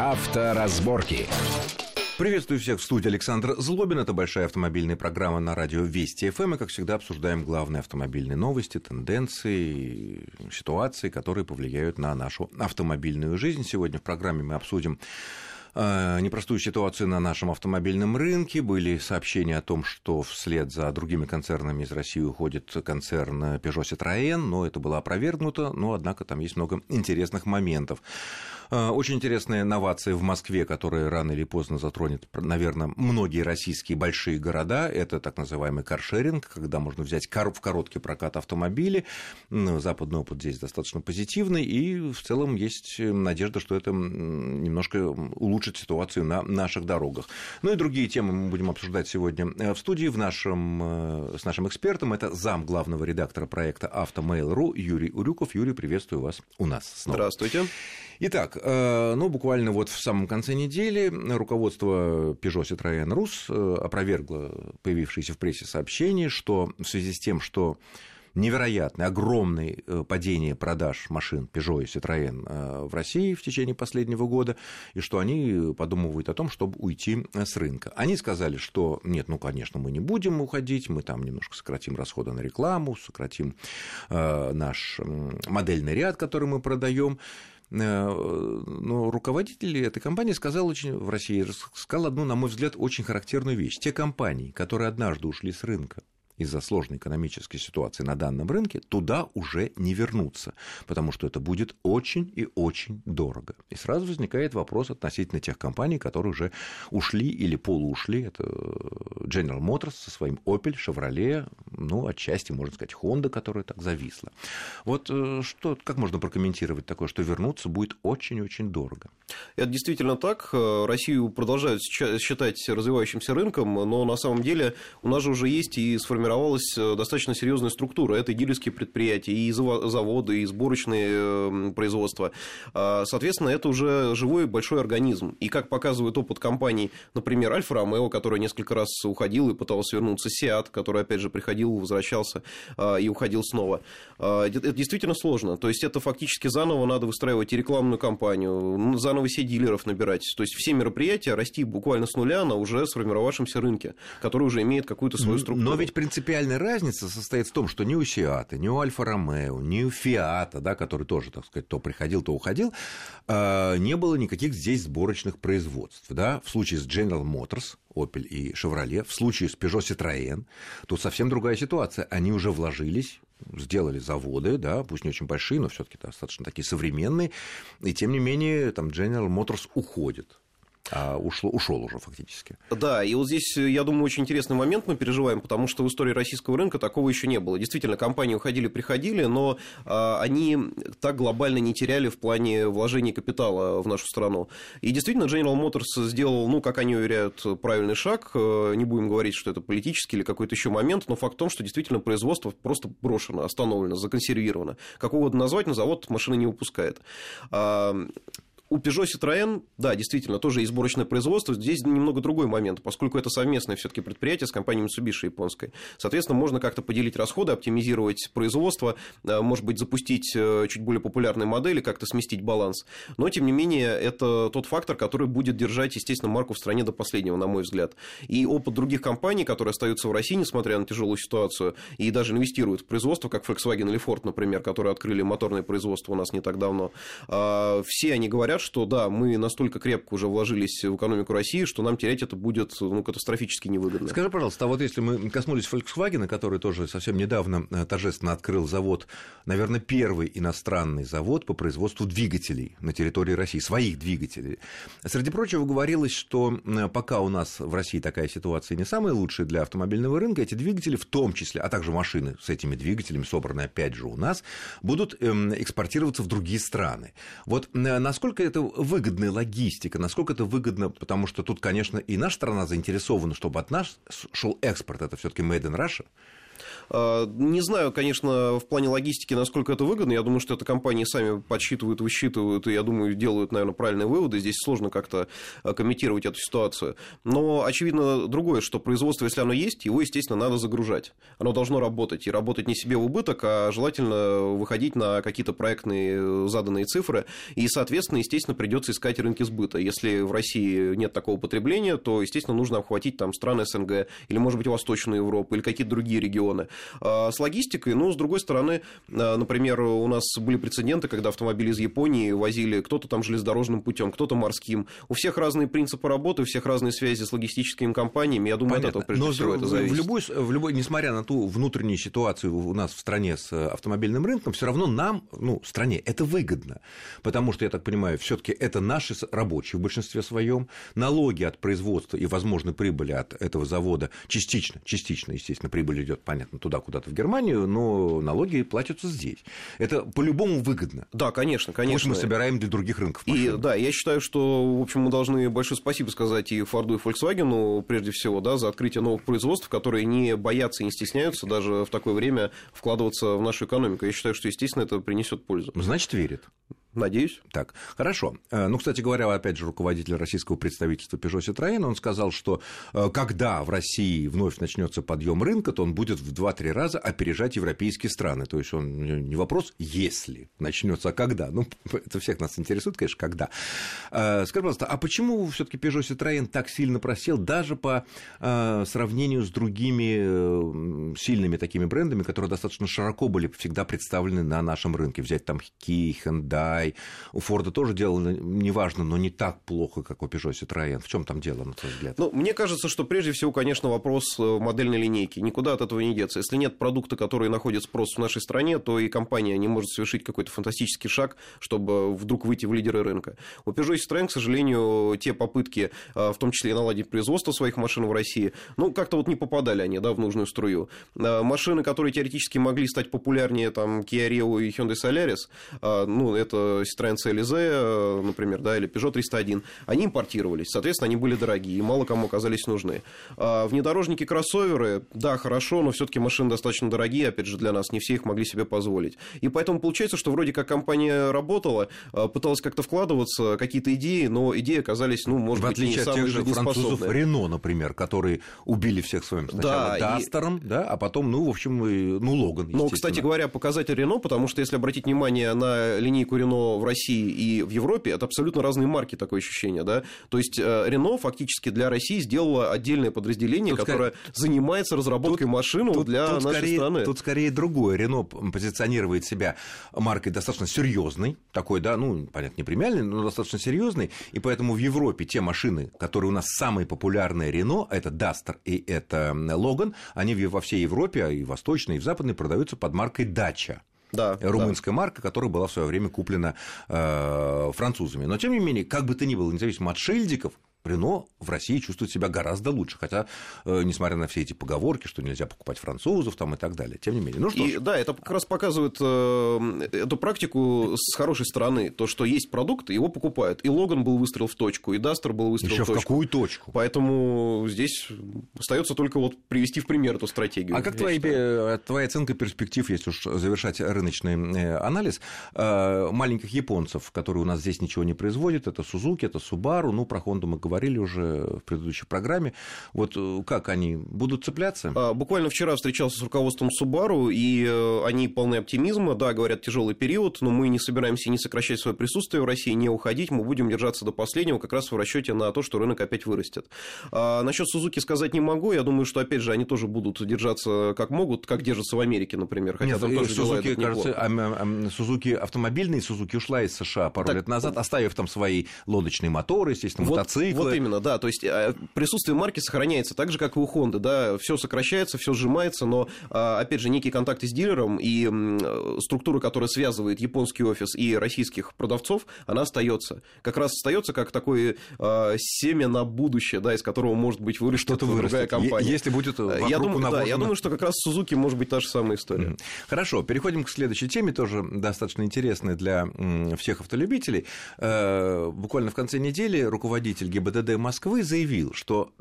Авторазборки. Приветствую всех в студии. Александр Злобин. Это большая автомобильная программа на радио Вести ФМ. И, как всегда, обсуждаем главные автомобильные новости, тенденции, ситуации, которые повлияют на нашу автомобильную жизнь. Сегодня в программе мы обсудим непростую ситуацию на нашем автомобильном рынке. Были сообщения о том, что вслед за другими концернами из России уходит концерн Peugeot Citroën, но это было опровергнуто, но, однако, там есть много интересных моментов. Очень интересная новация в Москве, которая рано или поздно затронет, наверное, многие российские большие города. Это так называемый каршеринг, когда можно взять в короткий прокат автомобили. Западный опыт здесь достаточно позитивный, и в целом есть надежда, что это немножко улучшит ситуацию на наших дорогах. Ну и другие темы мы будем обсуждать сегодня в студии с нашим экспертом. Это зам главного редактора проекта «Автомейл.ру» Юрий Урюков. Юрий, приветствую вас у нас снова. Здравствуйте. Итак, буквально вот в самом конце недели руководство Peugeot Citroën Rus опровергло появившиеся в прессе сообщения, что в связи с тем, что невероятное, огромное падение продаж машин Peugeot и Citroën в России в течение последнего года, и что они подумывают о том, чтобы уйти с рынка. Они сказали, что нет, конечно, мы не будем уходить, мы там немножко сократим расходы на рекламу, сократим наш модельный ряд, который мы продаем. Но руководитель этой компании в России сказал одну, на мой взгляд, очень характерную вещь. Те компании, которые однажды ушли с рынка из-за сложной экономической ситуации на данном рынке, туда уже не вернуться, потому что это будет очень и очень дорого. И сразу возникает вопрос относительно тех компаний, которые уже ушли или полуушли. Это General Motors со своим Opel, Chevrolet, отчасти, можно сказать, Honda, которая так зависла. Вот как можно прокомментировать такое, что вернуться будет очень-очень дорого? Это действительно так. Россию продолжают считать развивающимся рынком, но на самом деле у нас же уже есть и сформировалась достаточно серьезная структура. Это и дилерские предприятия, и заводы, и сборочные производства. Соответственно, это уже живой большой организм. И как показывает опыт компаний, например, Альфа-Ромео, которая несколько раз уходил и пытался вернуться, Сиат, который, опять же, приходил, возвращался и уходил снова. Это действительно сложно. То есть, это фактически заново надо выстраивать и рекламную кампанию, заново все дилеров набирать. То есть, все мероприятия расти буквально с нуля на уже сформировавшемся рынке, который уже имеет какую-то свою структуру. Но ведь принципиальная разница состоит в том, что ни у Сиата, ни у Альфа-Ромео, ни у Фиата, который тоже, так сказать, то приходил, то уходил, не было никаких здесь сборочных производств. Да? В случае с General Motors, Opel и Chevrolet, в случае с Peugeot Citroën, тут совсем другая ситуация. Они уже вложились, сделали заводы, да, пусть не очень большие, но все-таки достаточно такие современные, и тем не менее там General Motors уходит. Ушел уже фактически. Да, и вот здесь, я думаю, очень интересный момент мы переживаем, потому что в истории российского рынка такого еще не было. Действительно, компании уходили-приходили, но они так глобально не теряли в плане вложения капитала в нашу страну. И действительно, General Motors сделал, как они уверяют, правильный шаг. Не будем говорить, что это политический или какой-то еще момент, но факт в том, что действительно производство просто брошено, остановлено, законсервировано. Как угодно назвать, но завод машины не выпускает. У Peugeot Citroën, да, действительно, тоже и сборочное производство. Здесь немного другой момент, поскольку это совместное все-таки предприятие с компанией Mitsubishi японской. Соответственно, можно как-то поделить расходы, оптимизировать производство, может быть, запустить чуть более популярные модели, как-то сместить баланс. Но, тем не менее, это тот фактор, который будет держать, естественно, марку в стране до последнего, на мой взгляд. И опыт других компаний, которые остаются в России, несмотря на тяжелую ситуацию, и даже инвестируют в производство, как Volkswagen или Ford, например, которые открыли моторное производство у нас не так давно, все они говорят, что да, мы настолько крепко уже вложились в экономику России, что нам терять это будет катастрофически невыгодно. Скажи, пожалуйста, а вот если мы коснулись Volkswagen, который тоже совсем недавно торжественно открыл завод, наверное, первый иностранный завод по производству двигателей на территории России, своих двигателей. Среди прочего, говорилось, что пока у нас в России такая ситуация не самая лучшая для автомобильного рынка, эти двигатели, в том числе, а также машины с этими двигателями, собранные опять же у нас, будут экспортироваться в другие страны. Вот насколько это выгодная логистика, насколько это выгодно, потому что тут, конечно, и наша страна заинтересована, чтобы от нас шел экспорт, это все-таки made in Russia. Не знаю, конечно, в плане логистики, насколько это выгодно. Я думаю, что это компании сами подсчитывают, высчитывают, и, я думаю, делают, наверное, правильные выводы. Здесь сложно как-то комментировать эту ситуацию. Но очевидно другое, что производство, если оно есть, его, естественно, надо загружать. Оно должно работать. И работать не себе в убыток, а желательно выходить на какие-то проектные заданные цифры. И, соответственно, естественно, придется искать рынки сбыта. Если в России нет такого потребления, то, естественно, нужно обхватить там страны СНГ, или, может быть, Восточную Европу, или какие-то другие регионы. С логистикой, с другой стороны, например, у нас были прецеденты, когда автомобили из Японии возили кто-то там железнодорожным путем, кто-то морским. У всех разные принципы работы, у всех разные связи с логистическими компаниями. Я думаю, от этого, прежде всего, это зависит. В любой, несмотря на ту внутреннюю ситуацию у нас в стране с автомобильным рынком, все равно нам, стране, это выгодно. Потому что, я так понимаю, все-таки это наши рабочие в большинстве своем. Налоги от производства и возможной прибыли от этого завода частично, естественно, прибыль идет, понятно, туда, куда-то в Германию, но налоги платятся здесь. Это по-любому выгодно. Да, конечно. Пусть мы собираем для других рынков машины. И да, я считаю, что, в общем, мы должны большое спасибо сказать и Форду, и Volkswagen, прежде всего, да, за открытие новых производств, которые не боятся и не стесняются даже в такое время вкладываться в нашу экономику. Я считаю, что, естественно, это принесет пользу. Значит, верит. Надеюсь. Так, хорошо. Кстати говоря, опять же, руководитель российского представительства Peugeot Citroën, он сказал, что когда в России вновь начнется подъем рынка, то он будет в 2-3 раза опережать европейские страны. То есть, он не вопрос, если начнется, а когда. Это всех нас интересует, конечно, когда. Скажи, пожалуйста, а почему все-таки Peugeot Citroën так сильно просел, даже по сравнению с другими сильными такими брендами, которые достаточно широко были всегда представлены на нашем рынке? Взять там Kia, Hyundai. У Форда тоже дело, неважно, но не так плохо, как у Peugeot Citroën. В чем там дело, на твой взгляд? Мне кажется, что прежде всего, конечно, вопрос модельной линейки. Никуда от этого не деться. Если нет продукта, который находит спрос в нашей стране, то и компания не может совершить какой-то фантастический шаг, чтобы вдруг выйти в лидеры рынка. У Peugeot Citroën, к сожалению, те попытки, в том числе и наладить производство своих машин в России, как-то не попадали они, в нужную струю. Машины, которые теоретически могли стать популярнее, там, Kia Rio и Hyundai Solaris, это Citroёn CLZ, например, или Peugeot 301, они импортировались, соответственно, они были дорогие и мало кому оказались нужны. Внедорожники-кроссоверы, да, хорошо, но все-таки машины достаточно дорогие, опять же, для нас, не все их могли себе позволить. И поэтому получается, что вроде как компания работала, пыталась как-то вкладываться, какие-то идеи, но идеи оказались, может быть, не самые жизнеспособные. В отличие от тех же французов Renault, например, которые убили всех своим сначала Дастером, а потом, в общем, Логан, естественно. Но, кстати говоря, показатель Renault, потому что, если обратить внимание на линейку Renault в России и в Европе, это абсолютно разные марки, такое ощущение, да. То есть Renault фактически для России сделала отдельное подразделение, которое занимается разработкой машин для нашей страны. Тут скорее другое. Renault позиционирует себя маркой достаточно серьезной, такой, понятно, не премиальной, но достаточно серьезной, и поэтому в Европе те машины, которые у нас самые популярные Renault, это Duster и это Logan, они во всей Европе, и восточной, и в западной, продаются под маркой Dacia. Да, румынская марка, которая была в свое время куплена французами. Но, тем не менее, как бы то ни было, независимо от шильдиков, Рено в России чувствует себя гораздо лучше, хотя, несмотря на все эти поговорки, что нельзя покупать французов там, и так далее, тем не менее. Да, это как раз показывает эту практику с хорошей стороны, то, что есть продукт, его покупают. И Логан был выстрел в точку, и Дастер был выстрел в точку. В какую точку? Поэтому здесь остается только привести в пример эту стратегию. А как твоя оценка перспектив, если уж завершать рыночный анализ, маленьких японцев, которые у нас здесь ничего не производят, это Suzuki, это Subaru, про Honda мы говорили уже в предыдущей программе. Как они будут цепляться? Буквально вчера встречался с руководством Subaru, и они полны оптимизма. Да, говорят, тяжелый период, но мы не собираемся не сокращать свое присутствие в России, не уходить. Мы будем держаться до последнего, как раз в расчете на то, что рынок опять вырастет. Насчет Suzuki сказать не могу. Я думаю, что, опять же, они тоже будут держаться как могут, как держатся в Америке, например. Хотя там тоже Suzuki, кажется, Suzuki автомобильный, Suzuki ушла из США пару лет назад, оставив там свои лодочные моторы, естественно, мотоциклы. Вот именно, да, то есть присутствие марки сохраняется так же, как и у Honda, да, все сокращается, все сжимается, но, опять же, некие контакты с дилером и структура, которая связывает японский офис и российских продавцов, она остается. Как раз остается как такое семя на будущее, да, из которого, может быть, вырастет другая компания. Если будет вокруг я думаю, что как раз с Suzuki может быть та же самая история. Хорошо, переходим к следующей теме, тоже достаточно интересной для всех автолюбителей. Буквально в конце недели руководитель ГИБДД ГИБДД Москвы заявил, что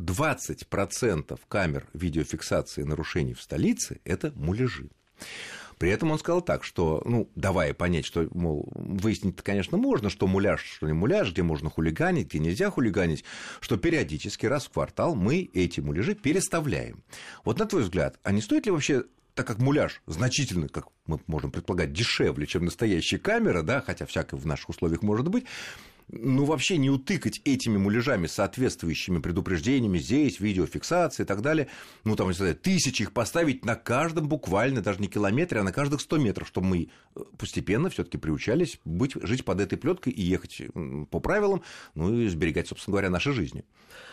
20% камер видеофиксации нарушений в столице – это муляжи. При этом он сказал так, что, давая понять, что, мол, выяснить-то, конечно, можно, что муляж, что не муляж, где можно хулиганить, где нельзя хулиганить, что периодически раз в квартал мы эти муляжи переставляем. Вот на твой взгляд, а не стоит ли вообще, так как муляж значительно, как мы можем предполагать, дешевле, чем настоящая камера, да, хотя всякое в наших условиях может быть, вообще не утыкать этими муляжами соответствующими предупреждениями здесь, видеофиксации и так далее, если сказать, тысячи их поставить на каждом буквально, даже не километре, а на каждых 100 метров, чтобы мы постепенно все-таки приучались жить под этой плеткой и ехать по правилам, и сберегать, собственно говоря, наши жизни.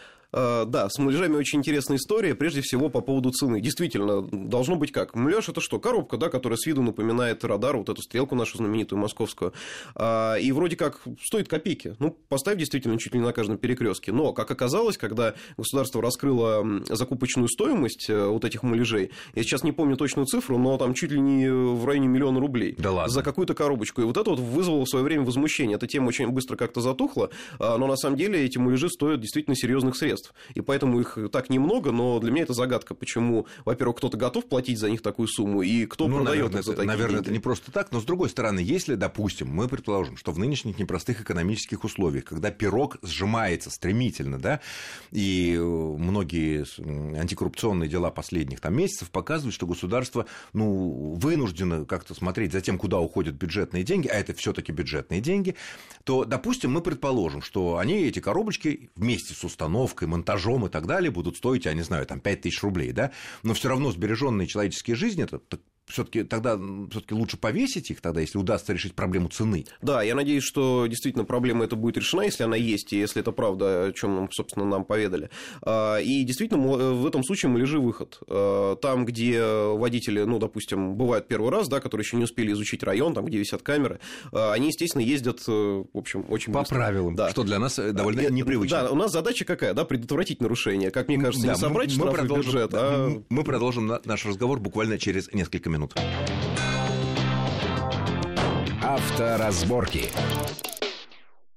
Да, с муляжами очень интересная история, прежде всего по поводу цены. Действительно, должно быть как? Муляж – это что? Коробка, да, которая с виду напоминает радар, вот эту стрелку нашу знаменитую московскую. И вроде как стоит копейки. Поставь действительно чуть ли не на каждом перекрестке. Но, как оказалось, когда государство раскрыло закупочную стоимость вот этих муляжей, я сейчас не помню точную цифру, но там чуть ли не в районе 1 000 000 рублей. Да ладно. За какую-то коробочку. И вот это вот вызвало в свое время возмущение. Эта тема очень быстро как-то затухла, но на самом деле эти муляжи стоят действительно серьезных средств. И поэтому их так немного, но для меня это загадка, почему, во-первых, кто-то готов платить за них такую сумму, и кто продает их за такие наверное, деньги. это не просто так, но с другой стороны, если, допустим, мы предположим, что в нынешних непростых экономических условиях, когда пирог сжимается стремительно, да, и многие антикоррупционные дела последних месяцев показывают, что государство вынуждено как-то смотреть за тем, куда уходят бюджетные деньги, а это все-таки бюджетные деньги, то, допустим, мы предположим, что они, эти коробочки, вместе с установкой, монтажом и так далее будут стоить, я не знаю, 5000 рублей, да, но все равно сбереженные человеческие жизни, это все-таки лучше повесить их, тогда, если удастся решить проблему цены. Да, я надеюсь, что действительно проблема эта будет решена, если она есть, и если это правда, о чем, собственно, нам поведали. И действительно, в этом случае муляжи выход. Там, где водители, допустим, бывают первый раз, да, которые еще не успели изучить район, там, где висят камеры, они, естественно, ездят, в общем, очень по быстро. По правилам, да. Что для нас довольно непривычно. Да, у нас задача какая, да, предотвратить нарушение. Как мне кажется, не собрать штрафы в бюджет, Мы продолжим наш разговор буквально через несколько минут. Авторазборки.